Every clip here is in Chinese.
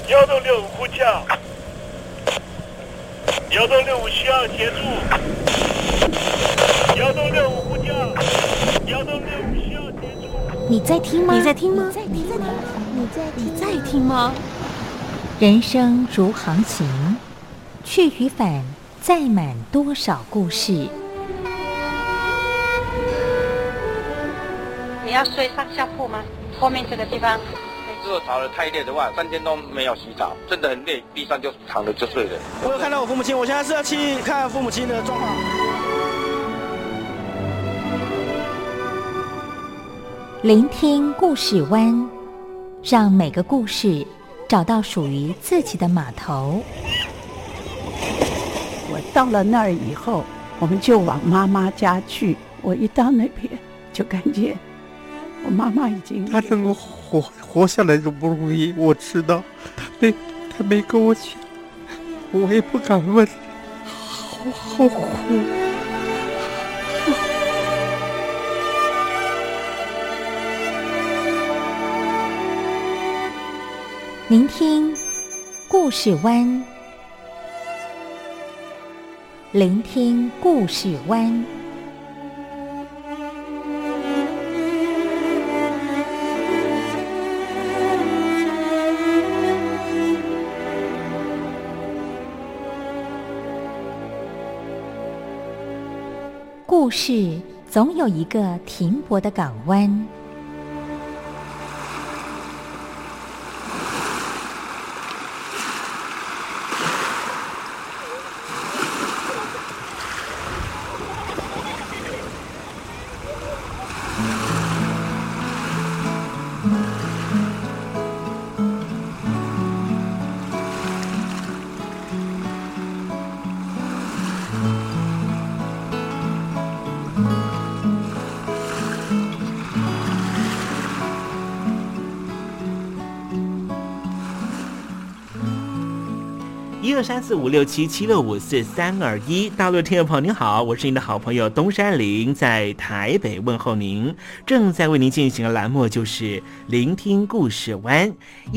幺洞六五呼叫，幺洞六五需要协助，幺洞六五呼叫，幺洞六五需要协助。 你在听吗？ 你在听吗？ 你在听吗？ 人生如航行，去与返，载满多少故事。 你要睡上下铺吗？后面这个地方。 如果吵得太累的话，3天都没有洗澡，真的很累，地上就躺着就睡了。 我有看到我父母亲，我现在是要去看父母亲的状况。 聆听故事湾，让每个故事找到属于自己的码头。 我到了那儿以后，我们就往妈妈家去。我一到那边，就感觉我妈妈已经， 她能够活下来就不容易，我知道，她没跟我讲，我也不敢问，好苦。 聆听故事湾，聆听故事湾。故事总有一个停泊的港湾。 12345677654-321，大陆的听众朋友您好，我是您的好朋友东山林，在台北问候您。正在为您进行的栏目就是聆听故事湾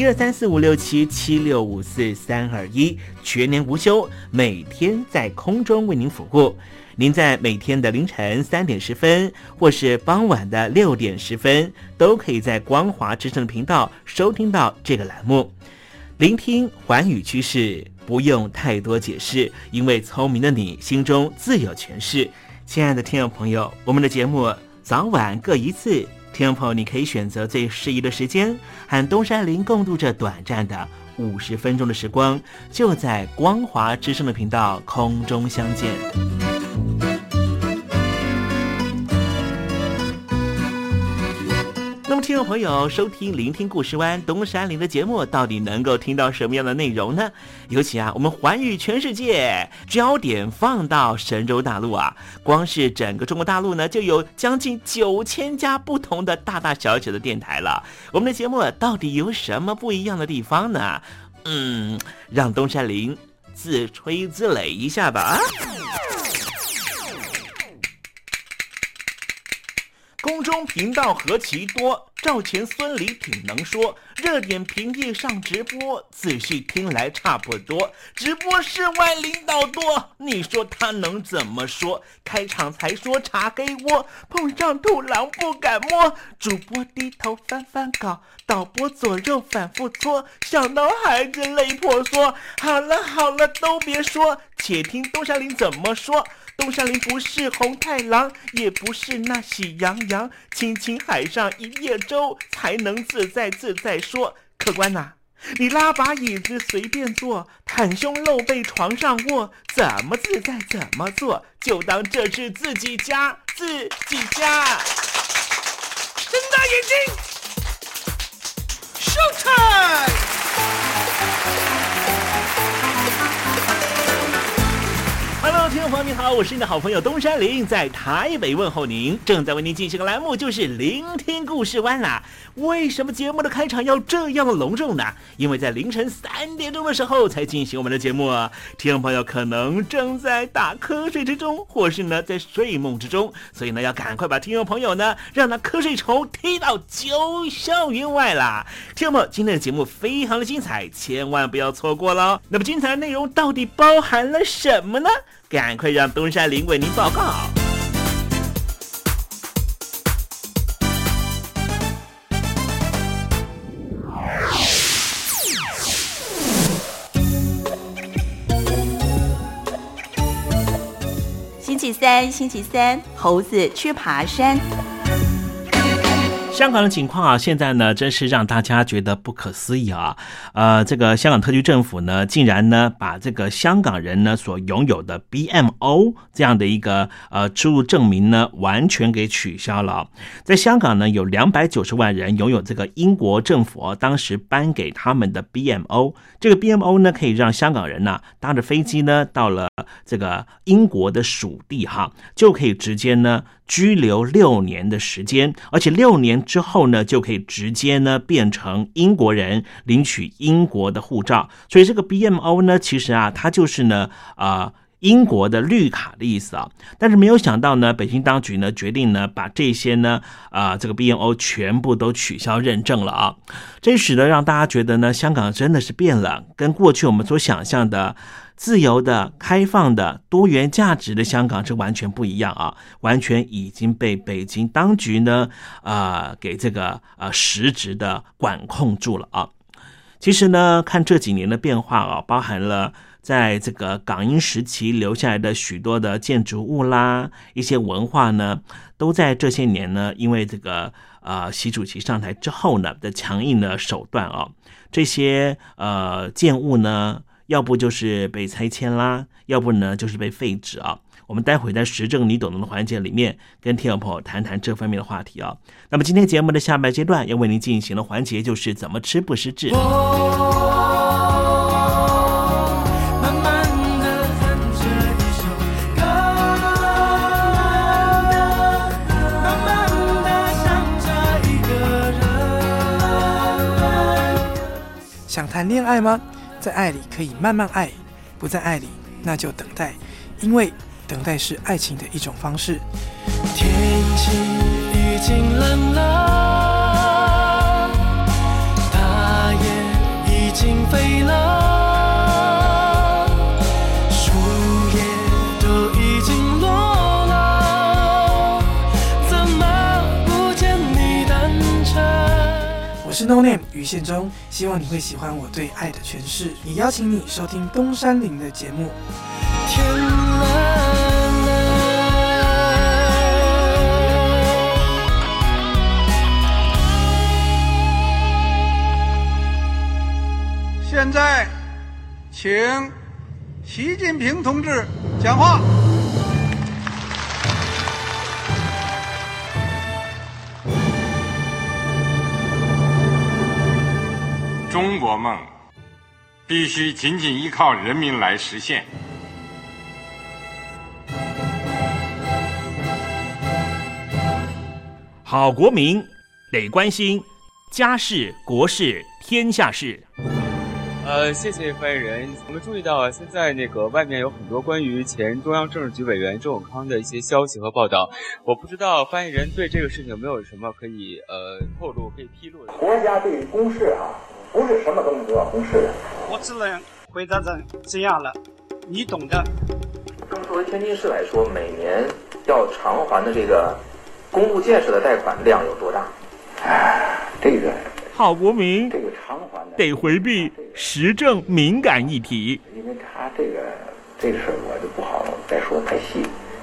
，12345677654-321，全年无休，每天在空中为您服务。您在每天的凌晨3点10分，或是傍晚的6点10分，都可以在光华之声的频道收听到这个栏目。聆听寰宇趋势，不用太多解释，因为聪明的你心中自有诠释。亲爱的听众朋友，我们的节目早晚各一次，听众朋友你可以选择最适宜的时间，和东山林共度这短暂的50分钟的时光，就在光华之声的频道空中相见。那么听众朋友收听聆听故事湾东山林的节目，到底能够听到什么样的内容呢？尤其我们寰宇全世界，焦点放到神州大陆光是整个中国大陆呢，就有将近9000家不同的大大小小的电台了。我们的节目到底有什么不一样的地方呢？让东山林自吹自擂一下吧。空中频道何其多，赵钱孙李挺能说，热点平地上直播，仔细听来差不多。直播室外领导多，你说他能怎么说？开场才说茶黑窝，碰上土狼不敢摸。主播低头翻翻稿，导播左右反复搓，想到孩子泪婆娑。好了好了，都别说，且听东山林怎么说。东山林不是红太狼，也不是那喜羊羊，亲亲海上一叶舟，才能自在自在说。客官你拉把椅子随便坐，袒胸露背床上卧，怎么自在怎么做，就当这是自己家，自己家。睁大眼睛 ，Showtime！Hello， 听众众朋友您好，我是你的好朋友东山林，在台北问候您。正在为您进行的栏目就是聆听故事湾啦。为什么节目的开场要这样的隆重呢？因为在凌晨3点钟的时候才进行我们的节目啊。听众朋友可能正在打瞌睡之中，或是呢在睡梦之中，所以呢要赶快把听众朋友呢让那瞌睡虫踢到9校园外啦。听众朋友，今天的节目非常的精彩，千万不要错过了。那么精彩的内容到底包含了什么呢？赶快让东山林为您报告。 星期三，猴子去爬山。 香港的情况啊，现在呢，真是让大家觉得不可思议啊！这个香港特区政府呢，竟然呢，把这个香港人呢所拥有的 BNO 这样的一个出入证明呢，完全给取消了。在香港呢，有290万人拥有这个英国政府当时颁给他们的 BNO。这个 BNO 呢，可以让香港人呢搭着飞机呢，到了这个英国的属地哈，就可以直接呢居留6年的时间，而且6年之后呢，就可以直接呢变成英国人，领取英国的护照。所以这个 BNO 呢，其实啊，它就是呢英国的绿卡的意思啊。但是没有想到呢，北京当局呢决定呢把这些呢这个 BNO 全部都取消认证了啊。这使得让大家觉得呢，香港真的是变了，跟过去我们所想象的自由的、开放的、多元价值的香港是完全不一样啊，完全已经被北京当局呢给这个实质的管控住了啊。其实呢，看这几年的变化啊，包含了在这个港英时期留下来的许多的建筑物啦，一些文化呢，都在这些年呢，因为这个习主席上台之后呢的强硬的手段啊，这些建物呢，要不就是被拆迁啦，要不呢就是被废止啊。我们待会在时政你懂得的环节里面，跟听众朋友谈谈这方面的话题啊。那么今天节目的下半阶段要为您进行的环节就是怎么吃不失智。 想谈恋爱吗？在爱里可以慢慢爱，不在爱里那就等待，因为等待是爱情的一种方式。天气已经冷了，大雁已经飞了，树叶都已经落了，怎么不见你单车？我是 No Name 于宪忠，希望你会喜欢我对爱的诠释，也邀请你收听东山林的节目。天蓝了， 现在请习近平同志讲话。 中国梦必须紧紧依靠人民来实现。 好国民得关心家事、国事、天下事。 谢谢发言人。我们注意到现在外面有很多关于前中央政治局委员周永康的一些消息和报道，我不知道发言人对这个事情有没有什么可以透露、可以披露的。 国家对于公事啊，不是什么东西都要公示的。 我只能回答成这样了，你懂的。 作为天津市来说，每年要偿还的这个公路建设的贷款量有多大？这个好国民， 这个偿还的得回避时政敏感议题， 因为他这个事儿我就不好再说太细。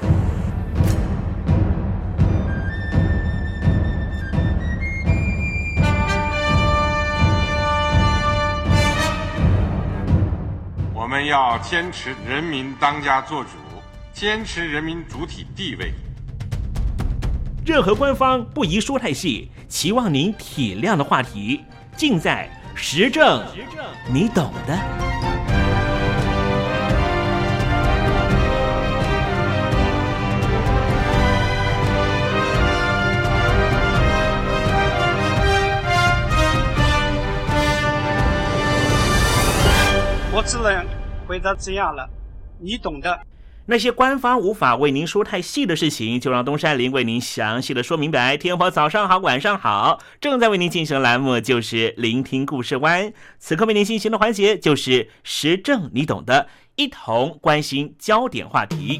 我们要坚持人民当家作主，坚持人民主体地位。 任何官方不宜说太细，期望您体谅的话题，尽在时政你懂的。 只能回答这样了，你懂的。 那些官方无法为您说太细的事情，就让东山林为您详细的说明白。天婆早上好，晚上好，正在为您进行的栏目就是聆听故事湾，此刻为您进行的环节就是时政你懂的，一同关心焦点话题。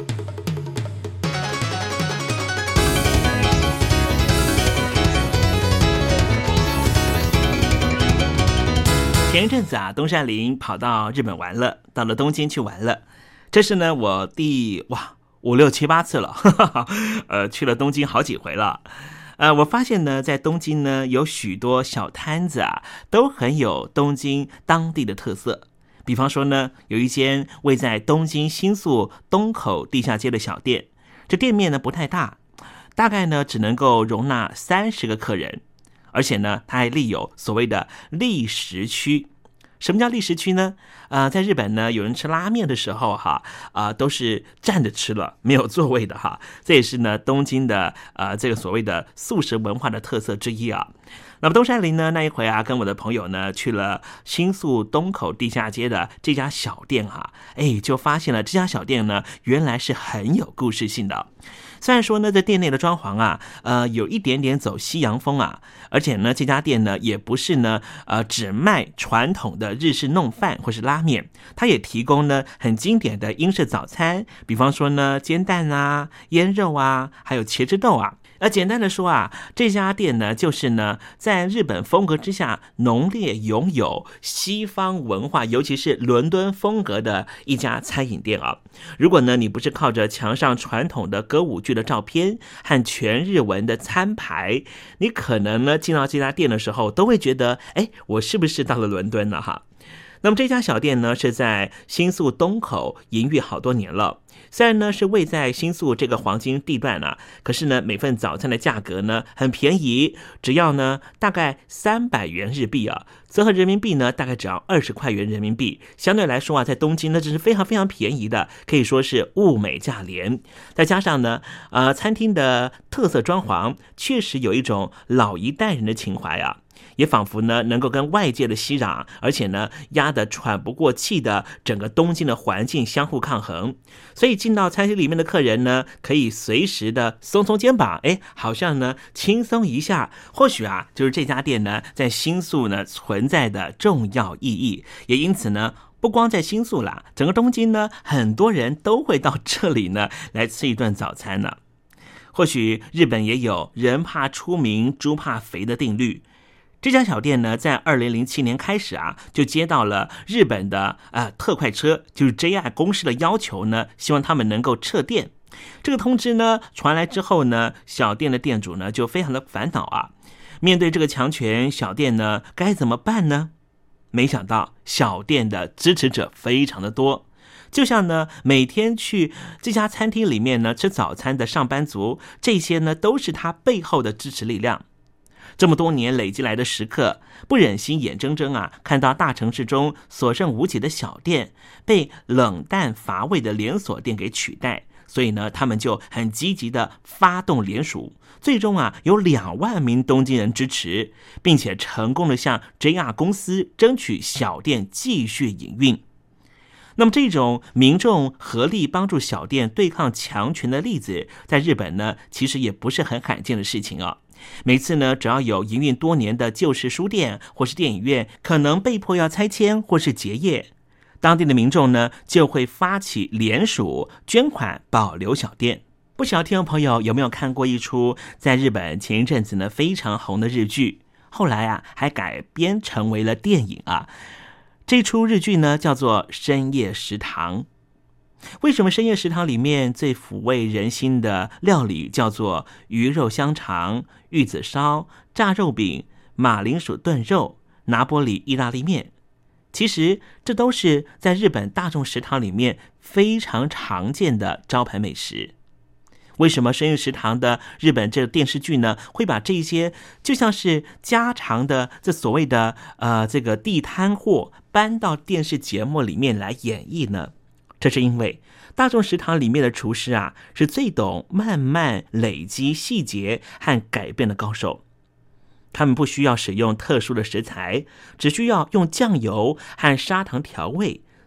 前一阵子啊，东山林跑到日本玩了，到了东京去玩了。这是呢我第5、6、7、8次了，去了东京好几回了。我发现呢，在东京呢有许多小摊子啊，都很有东京当地的特色。比方说呢，有一间位在东京新宿东口地下街的小店，这店面呢不太大，大概呢只能够容纳30个客人，而且呢它还立有所谓的立食区。什么叫立食区呢？在日本呢，有人吃拉面的时候都是站着吃了，没有座位的哈。这也是呢东京的这个所谓的素食文化的特色之一啊。那么东山林呢那一回啊，跟我的朋友呢去了新宿东口地下街的这家小店啊，就发现了这家小店呢原来是很有故事性的。虽然说呢，在店内的装潢啊，有一点点走西洋风啊，而且呢，这家店呢也不是呢，只卖传统的日式弄饭或是拉面，它也提供呢很经典的英式早餐，比方说呢煎蛋啊、腌肉啊，还有茄汁豆啊。简单的说啊，这家店呢，就是呢，在日本风格之下浓烈拥有西方文化，尤其是伦敦风格的一家餐饮店啊。如果呢，你不是靠着墙上传统的歌舞剧的照片和全日文的餐牌，你可能呢进到这家店的时候，都会觉得，我是不是到了伦敦呢？哈。那么这家小店呢，是在新宿东口营运好多年了。虽然呢是位在新宿这个黄金地段啊，可是呢每份早餐的价格呢很便宜，只要呢大概300元日币啊，折合人民币呢大概只要20块元人民币，相对来说啊，在东京呢这是非常非常便宜的，可以说是物美价廉。再加上呢餐厅的特色装潢，确实有一种老一代人的情怀啊。也仿佛呢能够跟外界的熙攘，而且呢压得喘不过气的整个东京的环境相互抗衡，所以进到餐厅里面的客人呢，可以随时的松松肩膀，好像呢轻松一下。或许啊，就是这家店呢在新宿呢存在的重要意义，也因此呢。不光在新宿啦，整个东京呢，很多人都会到这里呢来吃一顿早餐呢。或许日本也有人怕出名猪怕肥的定律。这家小店呢，在2007年开始啊，就接到了日本的特快车，就是 JR 公司的要求呢，希望他们能够撤店。这个通知呢传来之后呢，小店的店主呢就非常的烦恼啊。面对这个强权，小店呢该怎么办呢？没想到小店的支持者非常的多。就像呢，每天去这家餐厅里面呢吃早餐的上班族，这些呢都是他背后的支持力量。这么多年累积来的食客，不忍心眼睁睁啊看到大城市中所剩无几的小店被冷淡乏味的连锁店给取代，所以呢，他们就很积极的发动联署，最终啊有2万名东京人支持，并且成功的向 JR 公司争取小店继续营运。那么这种民众合力帮助小店对抗强权的例子，在日本呢，其实也不是很罕见的事情啊。每次呢，只要有营运多年的旧式书店或是电影院可能被迫要拆迁或是结业，当地的民众呢就会发起联署捐款保留小店。不晓得听众朋友有没有看过一出在日本前一阵子呢非常红的日剧，后来啊还改编成为了电影啊。这出日剧呢叫做《深夜食堂》。为什么深夜食堂里面最抚慰人心的料理叫做鱼肉香肠、玉子烧、炸肉饼、马铃薯炖肉、拿坡里意大利面？其实这都是在日本大众食堂里面非常常见的招牌美食。为什么深夜食堂的日本这个电视剧呢，会把这些就像是家常的这所谓的这个地摊货搬到电视节目里面来演绎呢？这是因为大众食堂里面的厨师啊，是最懂慢慢累积细节和改变的高手。他们不需要使用特殊的食材，只需要用酱油和砂糖调味，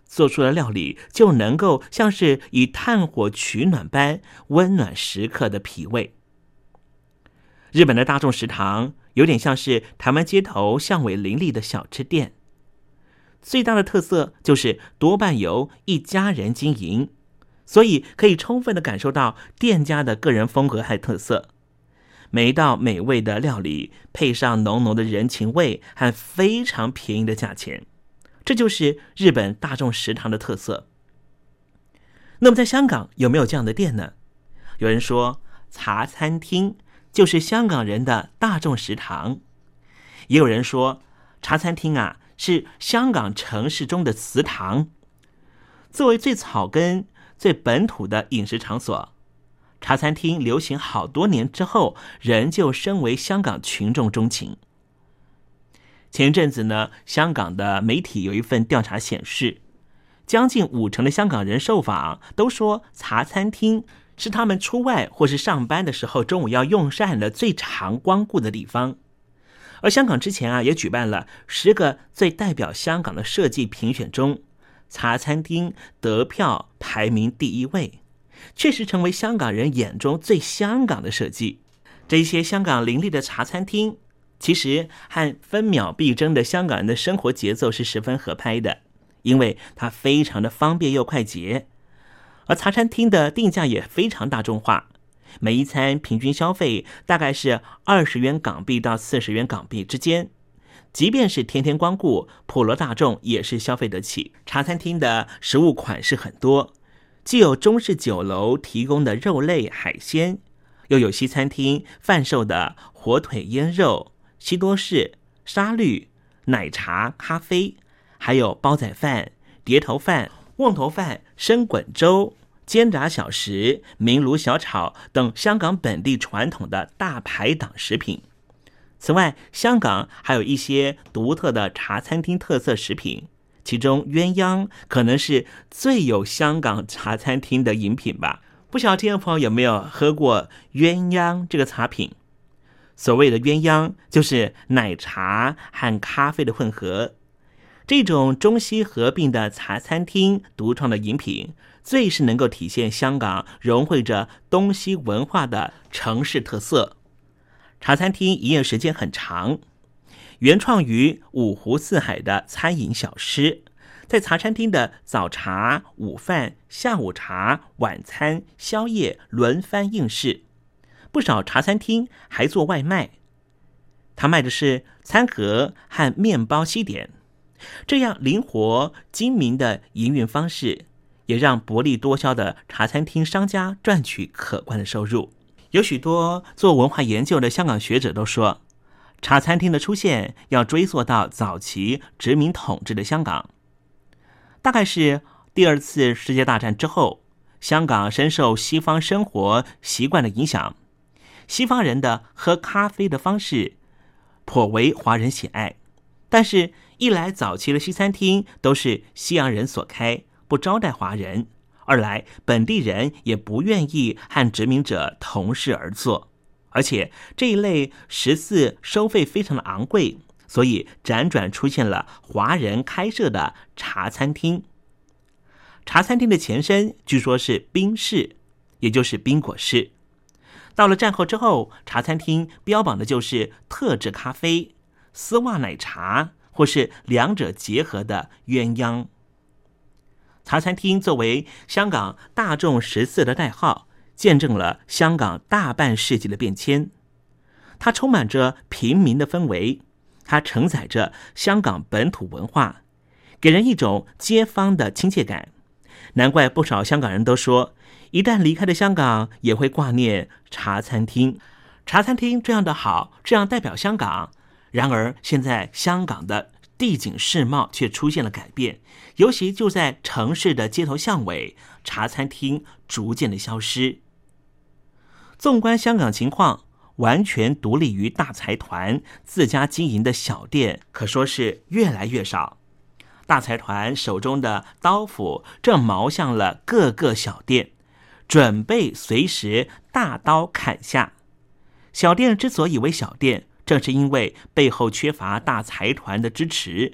做出的料理就能够像是以炭火取暖般温暖食客的脾胃。日本的大众食堂有点像是台湾街头巷尾林立的小吃店，最大的特色就是多半由一家人经营，所以可以充分的感受到店家的个人风格和特色。每一道美味的料理配上浓浓的人情味和非常便宜的价钱，这就是日本大众食堂的特色。那么在香港有没有这样的店呢？有人说茶餐厅就是香港人的大众食堂，也有人说茶餐厅是香港城市中的祠堂。作为最草根最本土的饮食场所，茶餐厅流行好多年之后仍旧深为香港群众钟情。前一阵子呢，香港的媒体有一份调查显示，将近50%的香港人受访都说茶餐厅是他们出外或是上班的时候中午要用膳的最常光顾的地方。而香港之前也举办了10个最代表香港的设计评选中，茶餐厅得票排名第1位，确实成为香港人眼中最香港的设计。这些香港林立的茶餐厅其实和分秒必争的香港人的生活节奏是十分合拍的，因为它非常的方便又快捷。而茶餐厅的定价也非常大众化，每一餐平均消费大概是20元港币到40元港币之间，即便是天天光顾，普罗大众也是消费得起。茶餐厅的食物款式很多，既有中式酒楼提供的肉类海鲜，又有西餐厅贩售的火腿腌肉、西多士、沙律、奶茶、咖啡，还有煲仔饭、碟头饭、瓮头饭、生滚粥、煎炸小食、明炉小炒等香港本地传统的大排档食品。此外，香港还有一些独特的茶餐厅特色食品，其中鸳鸯可能是最有香港茶餐厅的饮品吧。不晓得听众朋友有没有喝过鸳鸯这个茶品？所谓的鸳鸯就是奶茶和咖啡的混合，这种中西合并的茶餐厅独创的饮品，最是能够体现香港融汇着东西文化的城市特色。茶餐厅营业时间很长，原创于五湖四海的餐饮小吃，在茶餐厅的早茶、午饭、下午茶、晚餐、宵夜轮番应市。不少茶餐厅还做外卖，他卖的是餐盒和面包西点。这样灵活精明的营运方式，也让薄利多销的茶餐厅商家赚取可观的收入。有许多做文化研究的香港学者都说，茶餐厅的出现要追溯到早期殖民统治的香港。大概是第2次世界大战之后，香港深受西方生活习惯的影响，西方人的喝咖啡的方式颇为华人喜爱。但是一来早期的西餐厅都是西洋人所开，不招待华人；二来本地人也不愿意和殖民者同室而坐，而且这一类食肆收费非常的昂贵，所以辗转出现了华人开设的茶餐厅。茶餐厅的前身据说是冰室，也就是冰果室。到了战后之后，茶餐厅标榜的就是特制咖啡、丝袜奶茶，或是两者结合的鸳鸯。茶餐厅作为香港大众食肆的代号，见证了香港大半世纪的变迁。它充满着平民的氛围，它承载着香港本土文化，给人一种街坊的亲切感。难怪不少香港人都说，一旦离开了香港，也会挂念茶餐厅。茶餐厅这样的好，这样代表香港。然而现在香港的地景市貌却出现了改变，尤其就在城市的街头巷尾，茶餐厅逐渐的消失。纵观香港情况，完全独立于大财团自家经营的小店可说是越来越少。大财团手中的刀斧正瞄向了各个小店，准备随时大刀砍下。小店之所以为小店，正是因为背后缺乏大财团的支持，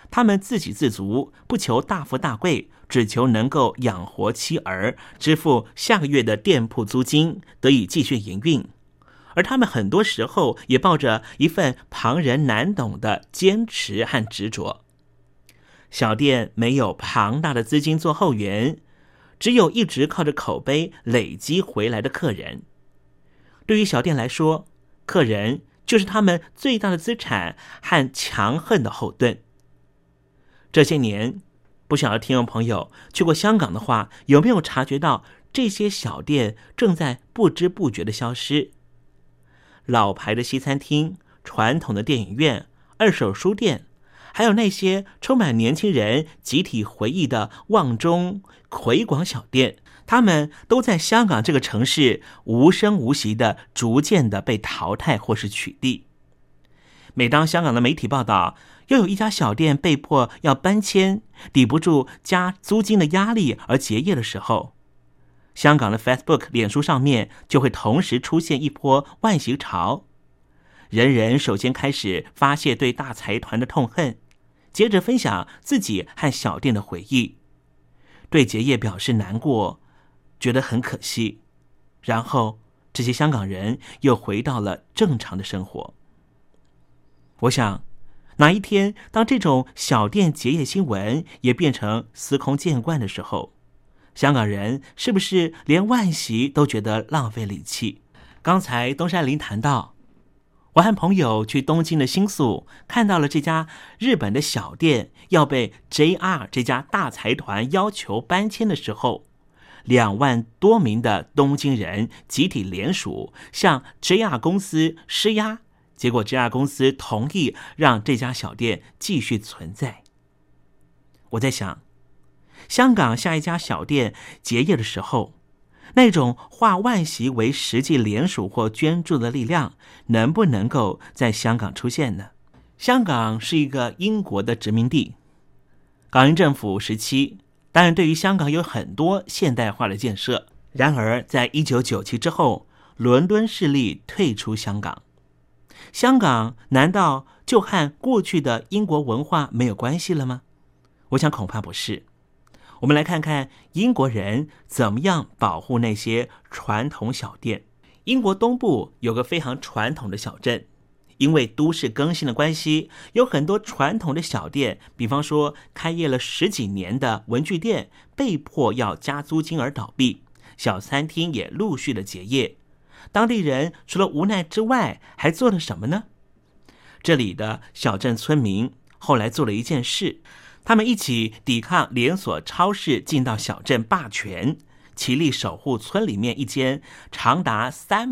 他们自给自足，不求大富大贵，只求能够养活妻儿，支付下个月的店铺租金，得以继续营运。而他们很多时候也抱着一份旁人难懂的坚持和执着。小店没有庞大的资金做后援，只有一直靠着口碑累积回来的客人。对于小店来说，客人就是他们最大的资产和强横的后盾。这些年，不晓得听众朋友去过香港的话，有没有察觉到这些小店正在不知不觉的消失？老牌的西餐厅、传统的电影院、二手书店，还有那些充满年轻人集体回忆的旺中、葵广小店，他们都在香港这个城市无声无息的逐渐的被淘汰或是取缔。每当香港的媒体报道又有一家小店被迫要搬迁，抵不住加租金的压力而结业的时候，香港的 Facebook 脸书上面就会同时出现一波惋惜潮。人人首先开始发泄对大财团的痛恨，接着分享自己和小店的回忆，对结业表示难过，觉得很可惜。然后这些香港人又回到了正常的生活。我想哪一天当这种小店结业新闻也变成司空见惯的时候，香港人是不是连惋惜都觉得浪费力气？刚才东山林谈到，我和朋友去东京的新宿，看到了这家日本的小店要被 JR 这家大财团要求搬迁的时候，2万多名的东京人集体联署向 JR 公司施压，结果 JR 公司同意让这家小店继续存在。我在想，香港下一家小店结业的时候，那种化惋惜为实际联署或捐助的力量能不能够在香港出现呢？香港是一个英国的殖民地，港英政府时期当然对于香港有很多现代化的建设，然而在1997之后，伦敦势力退出香港。香港难道就和过去的英国文化没有关系了吗？我想恐怕不是。我们来看看英国人怎么样保护那些传统小店。英国东部有个非常传统的小镇，因为都市更新的关系，有很多传统的小店，比方说开业了10几年的文具店被迫要加租金而倒闭，小餐厅也陆续的结业。当地人除了无奈之外还做了什么呢？这里的小镇村民后来做了一件事，他们一起抵抗连锁超市进到小镇霸权，齐力守护村里面一间长达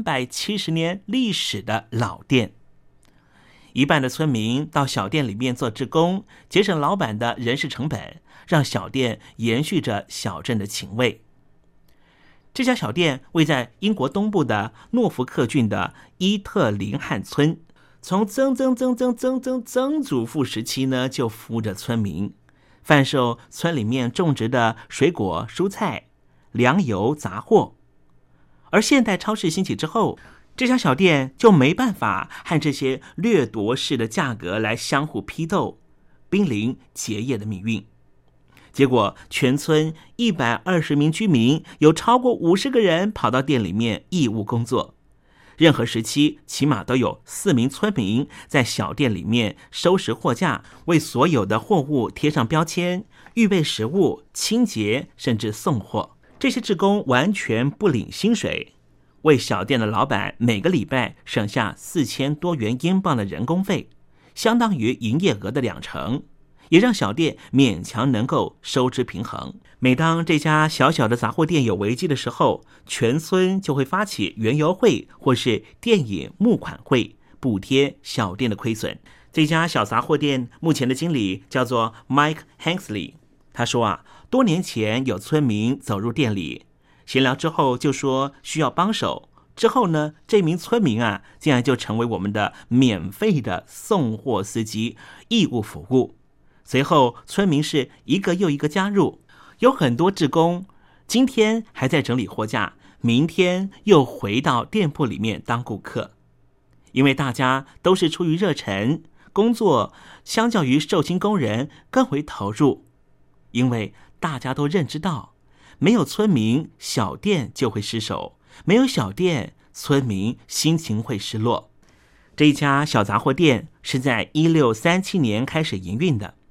370年历史的老店。一半的村民到小店里面做志工，节省老板的人事成本，让小店延续着小镇的情味。这家小店位在英国东部的诺福克郡的伊特林汉村，从曾祖父时期呢就服务着村民，贩售村里面种植的水果、蔬菜、粮油、杂货。而现代超市兴起之后，这家小店就没办法和这些掠夺式的价格来相互批斗，濒临结业的命运。结果全村120名居民有超过50个人跑到店里面义务工作，任何时期起码都有4名村民在小店里面收拾货架，为所有的货物贴上标签，预备食物、清洁，甚至送货。这些志工完全不领薪水，为小店的老板每个礼拜省下4000多元英镑的人工费，相当于营业额的20%，也让小店勉强能够收支平衡。每当这家小小的杂货店有危机的时候，全村就会发起园游会或是电影募款会，补贴小店的亏损。这家小杂货店目前的经理叫做 Mike Hanksley， 他说多年前有村民走入店里闲聊之后就说需要帮手，之后呢，这名村民竟然就成为我们的免费的送货司机，义务服务。随后村民是一个又一个加入，有很多志工今天还在整理货架，明天又回到店铺里面当顾客。因为大家都是出于热忱， 工作相较于受薪工人更为投入，因为大家都认知到，没有村民，小店就会失守；没有小店，村民心情会失落。这一家小杂货店是在1637年开始营运的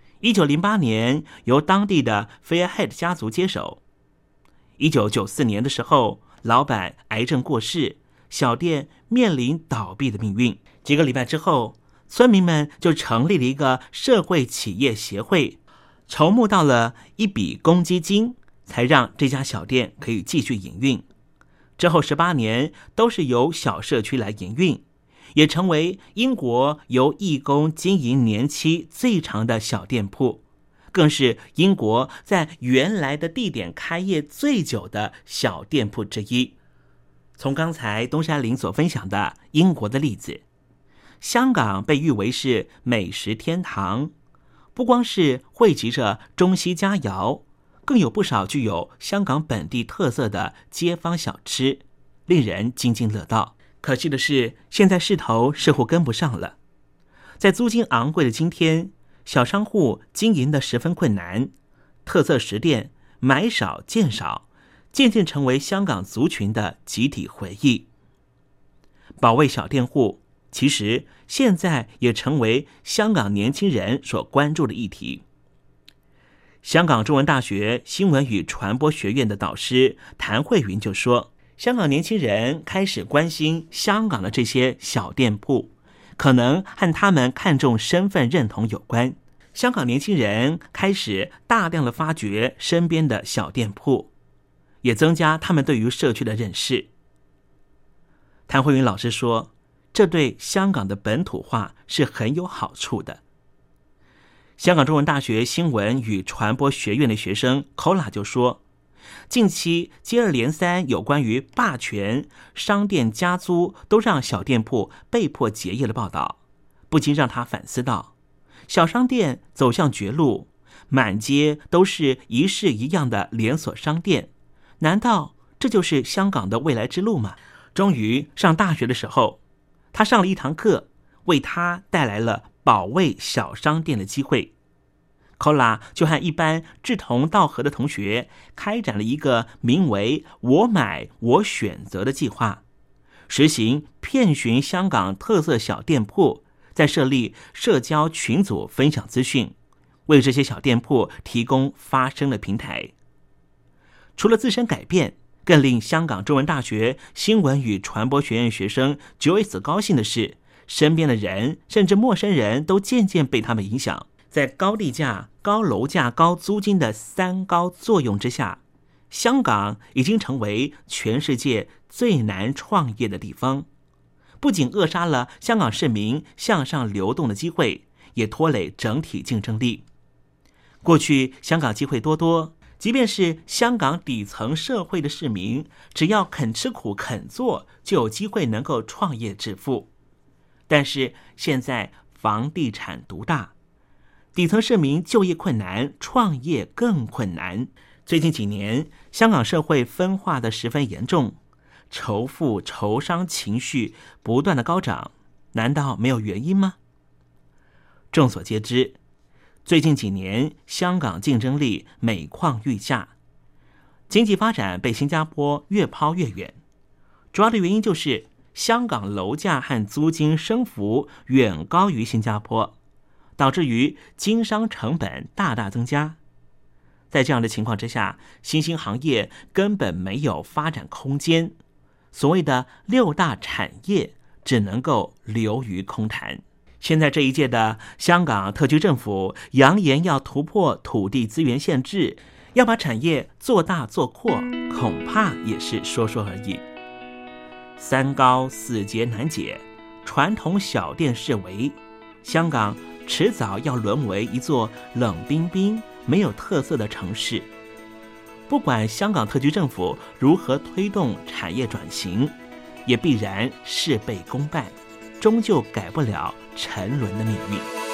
，1908年由当地的 Fairhead 家族接手。1994年的时候，老板癌症过世，小店面临倒闭的命运。几个礼拜之后，村民们就成立了一个社会企业协会，筹募到了一笔公积金，才让这家小店可以继续营运。之后18年都是由小社区来营运，也成为英国由义工经营年期最长的小店铺，更是英国在原来的地点开业最久的小店铺之一。从刚才东山林所分享的英国的例子，香港被誉为是美食天堂，不光是汇集着中西佳肴，更有不少具有香港本地特色的街坊小吃，令人津津乐道。可惜的是，现在势头似乎跟不上了。在租金昂贵的今天，小商户经营的十分困难，特色食店买少见少，渐渐成为香港族群的集体回忆。保卫小店户，其实现在也成为香港年轻人所关注的议题。香港中文大学新闻与传播学院的导师谭慧云就说，香港年轻人开始关心香港的这些小店铺，可能和他们看重身份认同有关。香港年轻人开始大量的发掘身边的小店铺，也增加他们对于社区的认识。谭慧云老师说，这对香港的本土化是很有好处的。香港中文大学新闻与传播学院的学生 Kola 就说，近期接二连三有关于霸权、商店加租都让小店铺被迫结业的报道，不禁让他反思到，小商店走向绝路，满街都是一式一样的连锁商店，难道这就是香港的未来之路吗？终于上大学的时候，他上了一堂课，为他带来了保卫小商店的机会。Kola 就和一般志同道合的同学开展了一个名为我买我选择的计划，实行遍寻香港特色小店铺，再设立社交群组分享资讯，为这些小店铺提供发声的平台。除了自身改变，更令香港中文大学新闻与传播学院学生 Joyce 高兴的是，身边的人甚至陌生人都渐渐被他们影响。在高地价、高楼价、高租金的三高作用之下，香港已经成为全世界最难创业的地方，不仅扼杀了香港市民向上流动的机会，也拖累整体竞争力。过去香港机会多多，即便是香港底层社会的市民，只要肯吃苦肯做，就有机会能够创业致富。但是现在房地产独大，底层市民就业困难，创业更困难。最近几年，香港社会分化的十分严重，仇富仇商情绪不断的高涨，难道没有原因吗？众所皆知，最近几年香港竞争力每况愈下，经济发展被新加坡越抛越远，主要的原因就是香港楼价和租金升幅远高于新加坡，导致于经商成本大大增加。在这样的情况之下，新兴行业根本没有发展空间，所谓的六大产业只能够流于空谈。现在这一届的香港特区政府扬言要突破土地资源限制，要把产业做大做阔，恐怕也是说说而已。三高四结难解，传统小店式微，香港迟早要沦为一座冷冰冰、没有特色的城市。不管香港特区政府如何推动产业转型，也必然事倍功半，终究改不了沉沦的命运。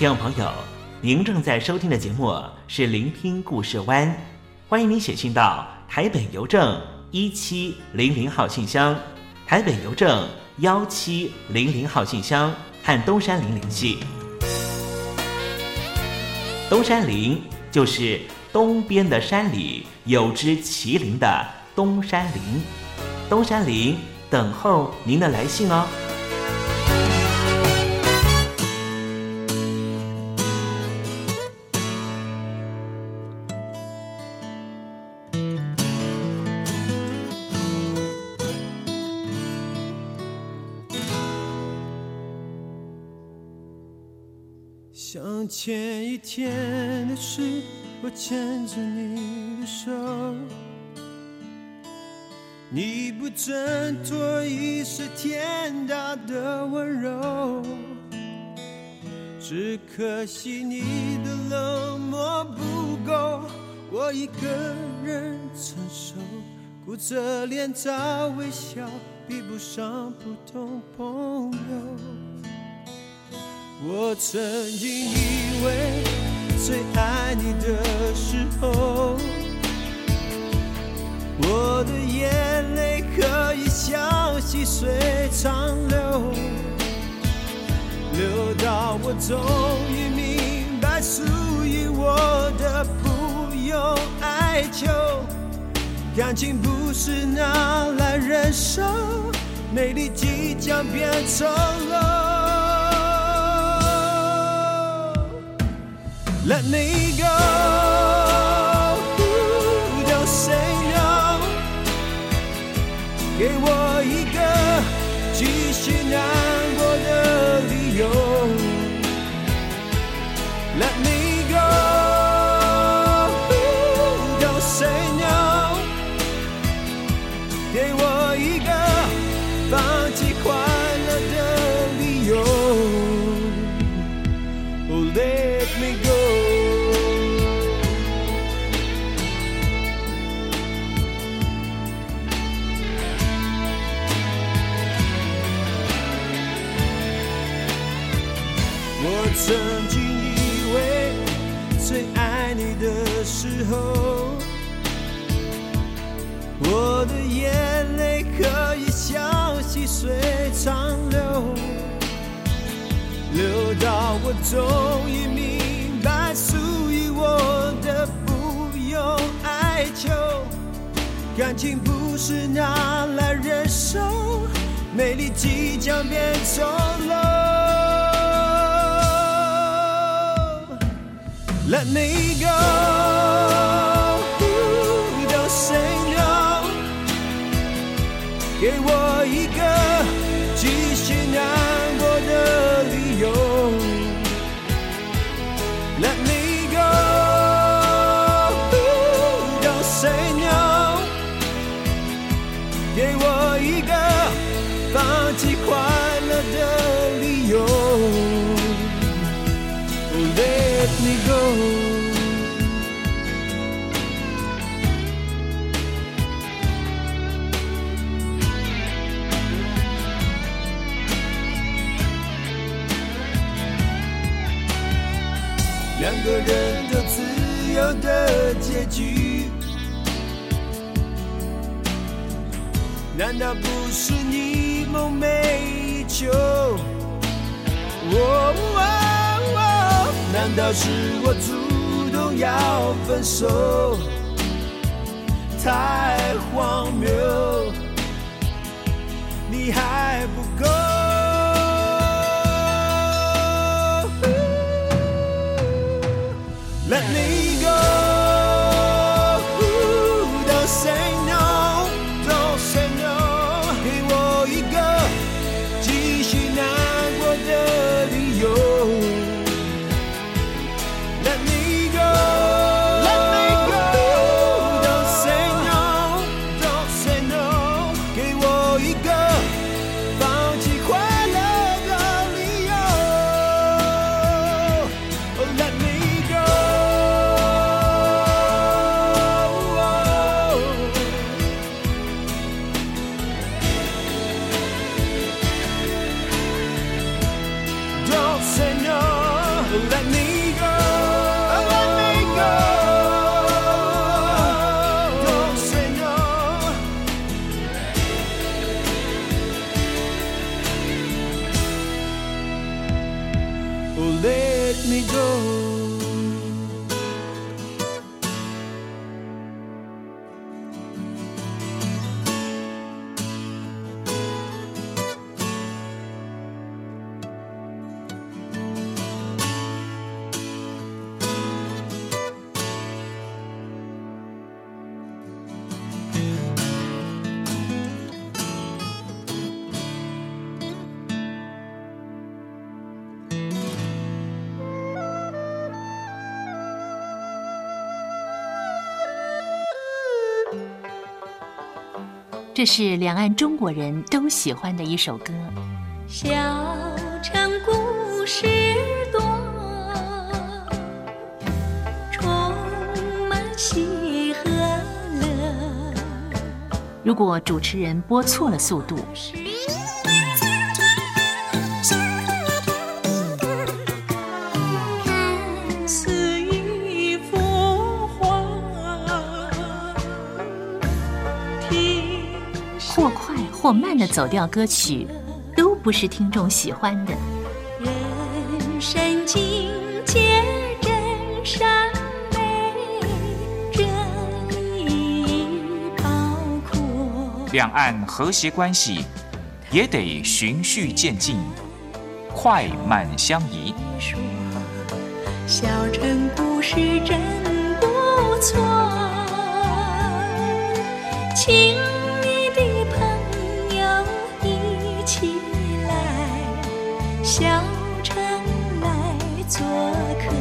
听众朋友，您正在收听的节目是聆听故事湾，欢迎您写信到台北邮政1700号信箱，台北邮政1700号信箱，和东山林联系。东山林就是东边的山里有只麒麟的东山林，东山林等候您的来信哦。 像前一天的事，我牵着你的手，你不挣脱已是天大的温柔，只可惜你的冷漠不够我一个人承受，顾着脸找微笑，比不上普通朋友。我曾经以为最爱你的时候，我的眼泪可以像细水长流，流到我终于明白，属于我的不用哀求，感情不是拿来忍受，美丽即将变丑陋。Let me go, don't say no， 给我一个继续难过的理由。Let me go, don't say no， 给我一个放弃快乐的理由。Oh, let me go。我曾经以为最爱你的时候，我的眼泪可以像细水长流，流到我终于明白，属于我的不用哀求，感情不是拿来忍受，美丽即将变丑陋。Let me go, don't say no， 给我一个继续难过的理由。Let me go, don't say no， 给我一个放弃快乐的理由。Let me go。两个人都自由的结局，难道不是你梦寐以求？难道是我主动要分手？太荒谬，你还不够。Let me go, don't say no, don't say no， 给我一个继续难过的理由。Let me go, don't say no, don't say no， 给我一个放弃快乐的理由。Oh, let me go。 me go. 这是两岸中国人都喜欢的一首歌。 小城故事多，充满喜和乐。 如果主持人播错了速度， 看似一幅画， 或快或慢的走调歌曲，都不是听众喜欢的。 人生境界真善美，这一包括。 两岸和谐关系也得循序渐进，快慢相宜。 小城故事真不错，请你的朋友一起来小城来做客。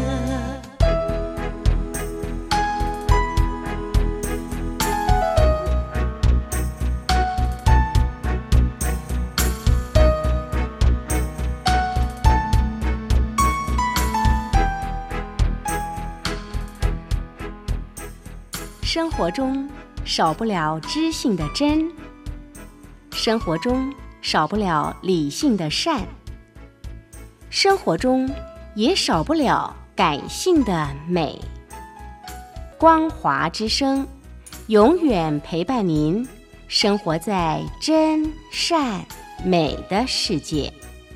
生活中少不了知性的真，生活中少不了理性的善，生活中也少不了感性的美。光华之声永远陪伴您，生活在真善美的世界。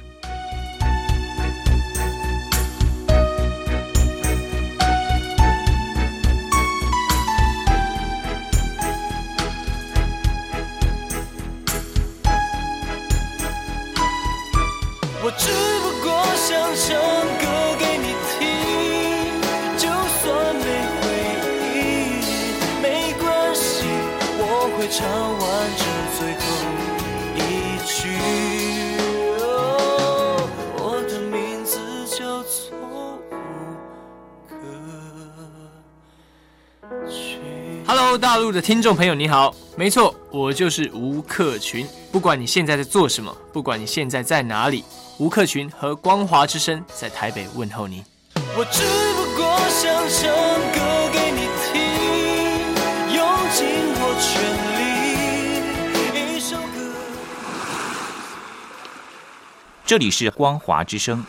我只不过想唱歌给你听，就算没回应没关系，我会唱完这最后一句。我的名字叫做吴克群。 Hello， 大陆的听众朋友你好，没错，我就是吴克群。不管你现在在做什么，不管你现在在哪里，吴克群和光华之声在台北问候您。 我只不过想唱歌给你听，用尽我全力，一首歌。 这里是光华之声。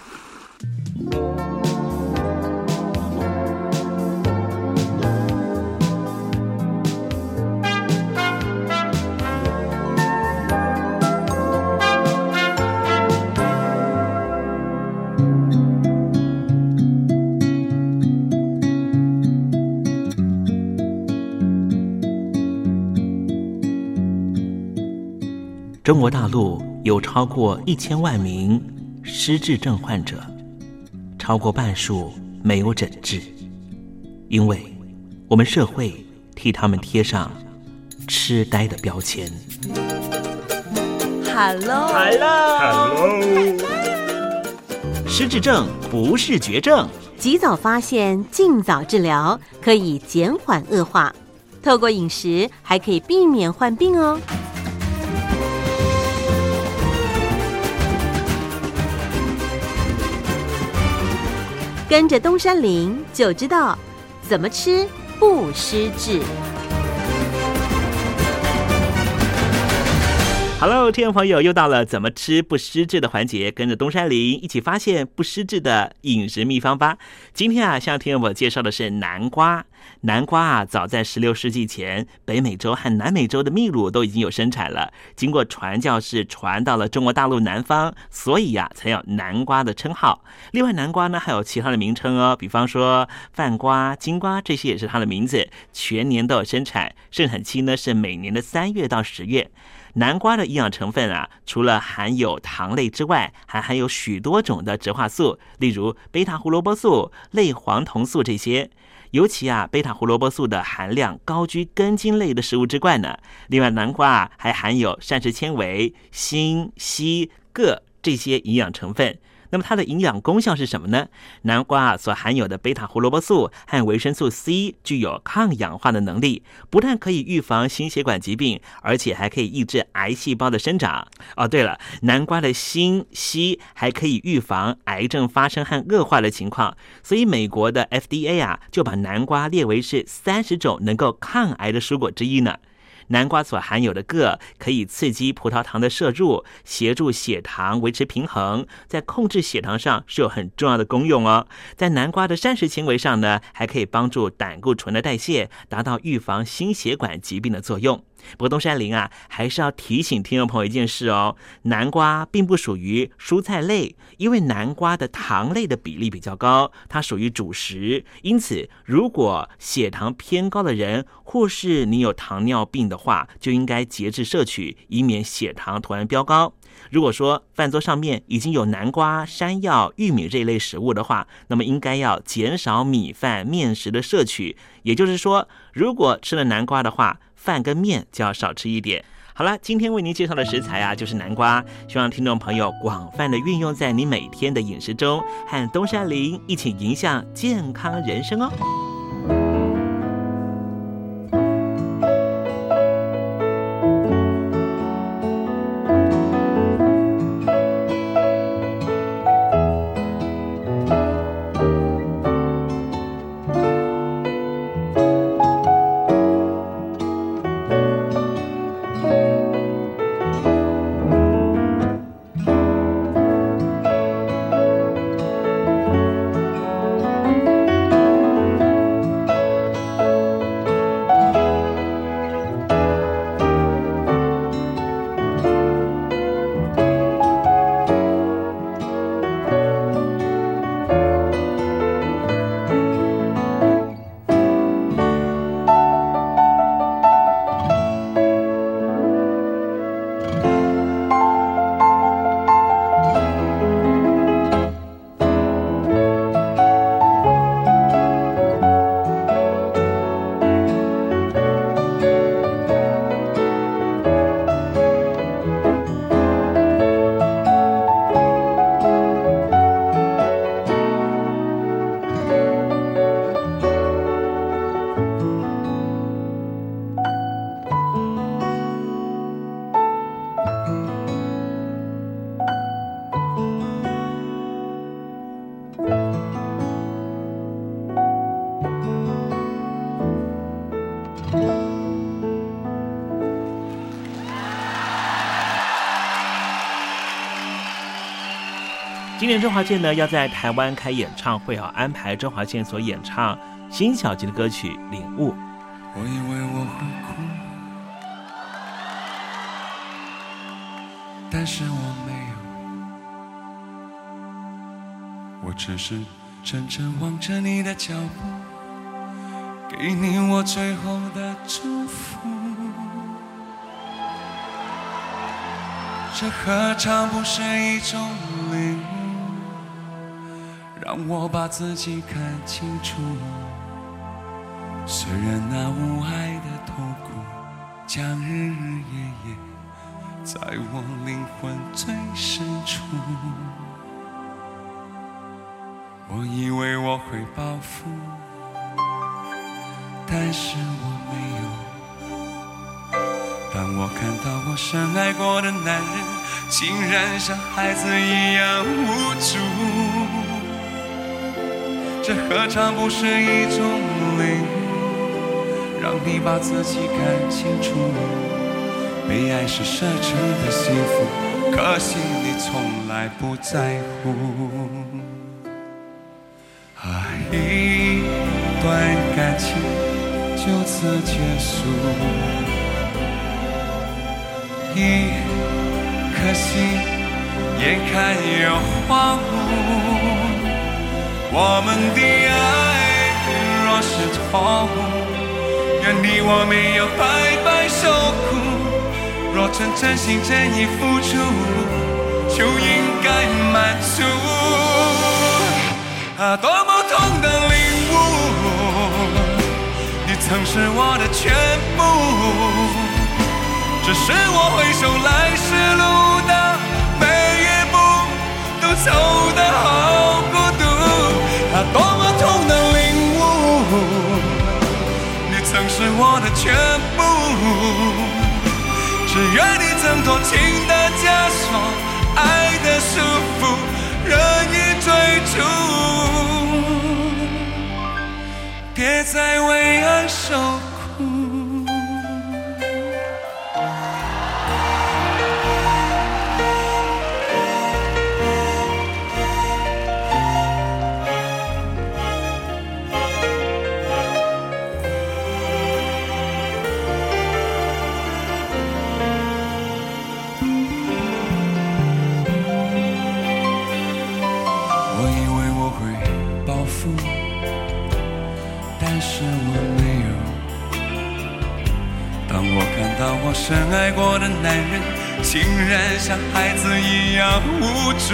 中国大陆有超过1000万名失智症患者，超过半数没有诊治，因为我们社会替他们贴上痴呆的标签。 Hello， 失智症不是绝症， 及早发现，尽早治疗，可以减缓恶化。透过饮食，还可以避免患病哦。跟着东山林就知道怎么吃不失智。 Hello， 听众朋友，又到了怎么吃不失智的环节，跟着东山林一起发现不失智的饮食秘方吧。今天啊，向听众朋友介绍的是南瓜。南瓜啊，早在16世纪前，北美洲和南美洲的秘鲁都已经有生产了，经过传教士传到了中国大陆南方，所以啊，才有南瓜的称号。另外，南瓜呢还有其他的名称哦，比方说饭瓜、金瓜，这些也是它的名字，全年都有生产，盛产期呢是每年的3月到10月。南瓜的营养成分啊，除了含有糖类之外，还含有许多种的植化素，例如贝塔胡萝卜素、类黄酮素这些。尤其啊，贝塔胡萝卜素的含量高居根茎类的食物之冠呢。另外，南瓜啊还含有膳食纤维、锌、硒、铬这些营养成分。那么它的营养功效是什么呢？南瓜所含有的贝塔胡萝卜素和维生素 C 具有抗氧化的能力，不但可以预防心血管疾病，而且还可以抑制癌细胞的生长。哦，对了，南瓜的锌、硒还可以预防癌症发生和恶化的情况，所以美国的 FDA 啊就把南瓜列为是30种能够抗癌的蔬果之一呢。南瓜所含有的铬可以刺激葡萄糖的摄入，协助血糖维持平衡，在控制血糖上是有很重要的功用哦。在南瓜的膳食纤维上呢，还可以帮助胆固醇的代谢，达到预防心血管疾病的作用。不过东山林啊，还是要提醒听众朋友一件事哦，南瓜并不属于蔬菜类，因为南瓜的糖类的比例比较高，它属于主食，因此如果血糖偏高的人，或是你有糖尿病的话，就应该节制摄取，以免血糖突然飙高。如果说饭桌上面已经有南瓜、山药、玉米这一类食物的话，那么应该要减少米饭、面食的摄取。也就是说，如果吃了南瓜的话，饭跟面就要少吃一点。好了，今天为您介绍的食材啊，就是南瓜，希望听众朋友广泛的运用在你每天的饮食中，和东山林一起迎向健康人生哦。今年周华健呢要在台湾开演唱会啊，安排周华健所演唱辛晓琪的歌曲《领悟》。 我以为我会哭，但是我没有，我只是真正望着你的脚步，给你我最后的祝福。这何尝不是一种领悟，让我把自己看清楚。虽然那无爱的痛苦将日日夜夜在我灵魂最深处，我以为我会报复，但是我没有。当我看到我深爱过的男人竟然像孩子一样无助，这何尝不是一种领悟，让你把自己看清楚。 被爱是奢侈的幸福，可惜你从来不在乎。一段感情就此结束，一颗心眼看要荒芜。我们的爱若是痛，愿你我没有白白受苦。若真真心真意付出，就应该满足。多么痛的领悟，你曾是我的全部，只是我回首来时路的每一步都走得好孤独。多么痛的领悟，你曾是我的全部，只愿你挣脱情的枷锁，爱的束缚，任意追逐。别再为爱受苦。我以为我会报复，但是我没有。当我看到我深爱过的男人竟然像孩子一样无助，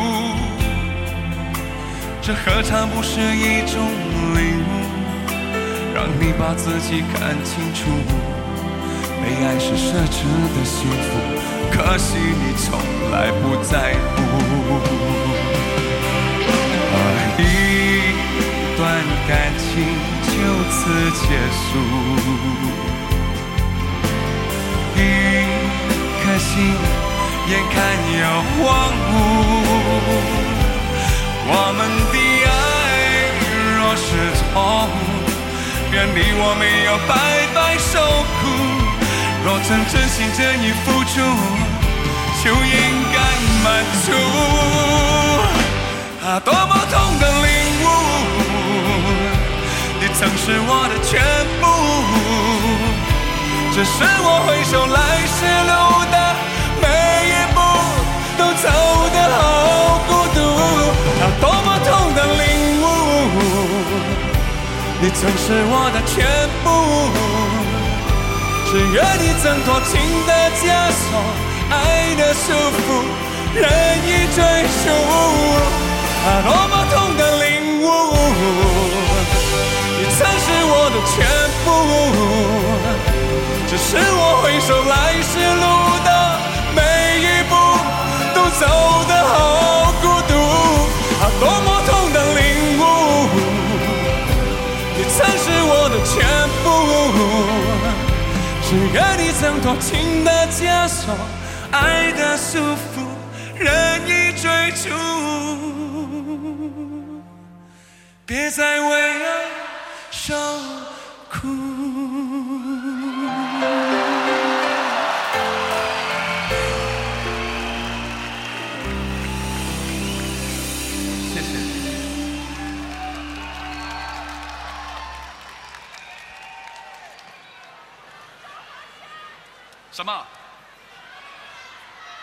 这何尝不是一种领悟，让你把自己看清楚。被爱是奢侈的幸福，可惜你从来不在乎。一段感情就此结束，一颗心眼看要荒芜。我们的爱若是痛，愿你我没有白白受苦。若真真心真意付出，就应该满足。多么痛的领悟，你曾是我的全部，只是我回首来时路的每一步都走得好孤独。多么痛的领悟，你曾是我的全部，只愿你挣脱情的枷锁，爱的束缚，任意追逐。多么痛的领悟，你曾是我的全部，只是我回首来时路的每一步都走得好孤独。多么痛的领悟，你曾是我的全部，只愿你挣脱情的枷锁，爱的束缚，任意追逐。别再为爱受苦。 谢谢。什么？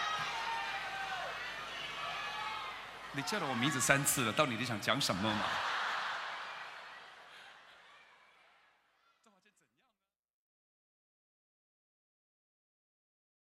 你叫了我名字3次了，到底你想讲什么嘛？